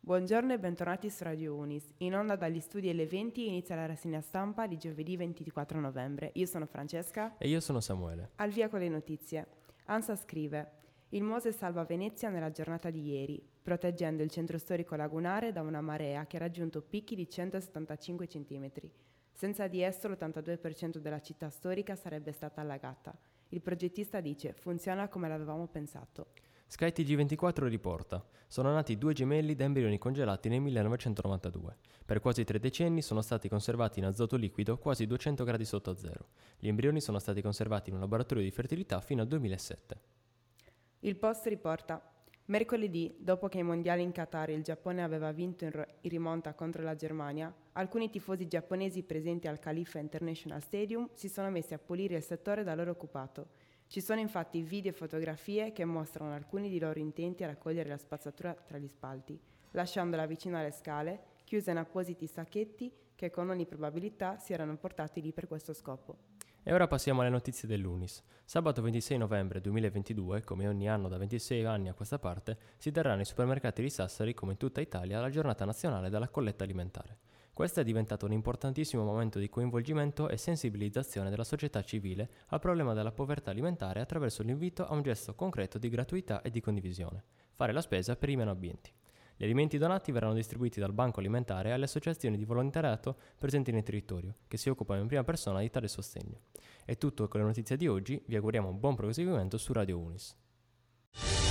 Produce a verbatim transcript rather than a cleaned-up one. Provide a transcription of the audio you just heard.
Buongiorno e bentornati su Radio Unis. In onda dagli studi L venti inizia la rassegna stampa di giovedì ventiquattro novembre. Io sono Francesca. E io sono Samuele. Al via con le notizie. ANSA scrive: il Mose salva Venezia nella giornata di ieri, proteggendo il centro storico lagunare da una marea che ha raggiunto picchi di centosettantacinque centimetri. Senza di esso l'ottantadue per cento della città storica sarebbe stata allagata. Il progettista dice: funziona come l'avevamo pensato. Sky T G ventiquattro riporta: sono nati due gemelli da embrioni congelati nel millenovecentonovantadue. Per quasi tre decenni sono stati conservati in azoto liquido quasi duecento gradi sotto zero. Gli embrioni sono stati conservati in un laboratorio di fertilità fino al duemilasette. Il Post riporta: mercoledì, dopo che ai mondiali in Qatar il Giappone aveva vinto in, ro- in rimonta contro la Germania, alcuni tifosi giapponesi presenti al Khalifa International Stadium si sono messi a pulire il settore da loro occupato. Ci sono infatti video e fotografie che mostrano alcuni di loro intenti a raccogliere la spazzatura tra gli spalti, lasciandola vicino alle scale, chiusa in appositi sacchetti che con ogni probabilità si erano portati lì per questo scopo. E ora passiamo alle notizie dell'Unis. Sabato ventisei novembre duemilaventidue, come ogni anno da ventisei anni a questa parte, si terrà nei supermercati di Sassari, come in tutta Italia, la giornata nazionale della colletta alimentare. Questo è diventato un importantissimo momento di coinvolgimento e sensibilizzazione della società civile al problema della povertà alimentare attraverso l'invito a un gesto concreto di gratuità e di condivisione: fare la spesa per i meno abbienti. Gli alimenti donati verranno distribuiti dal Banco Alimentare alle associazioni di volontariato presenti nel territorio, che si occupano in prima persona di tale sostegno. È tutto con le notizie di oggi, vi auguriamo un buon proseguimento su Radio Unis.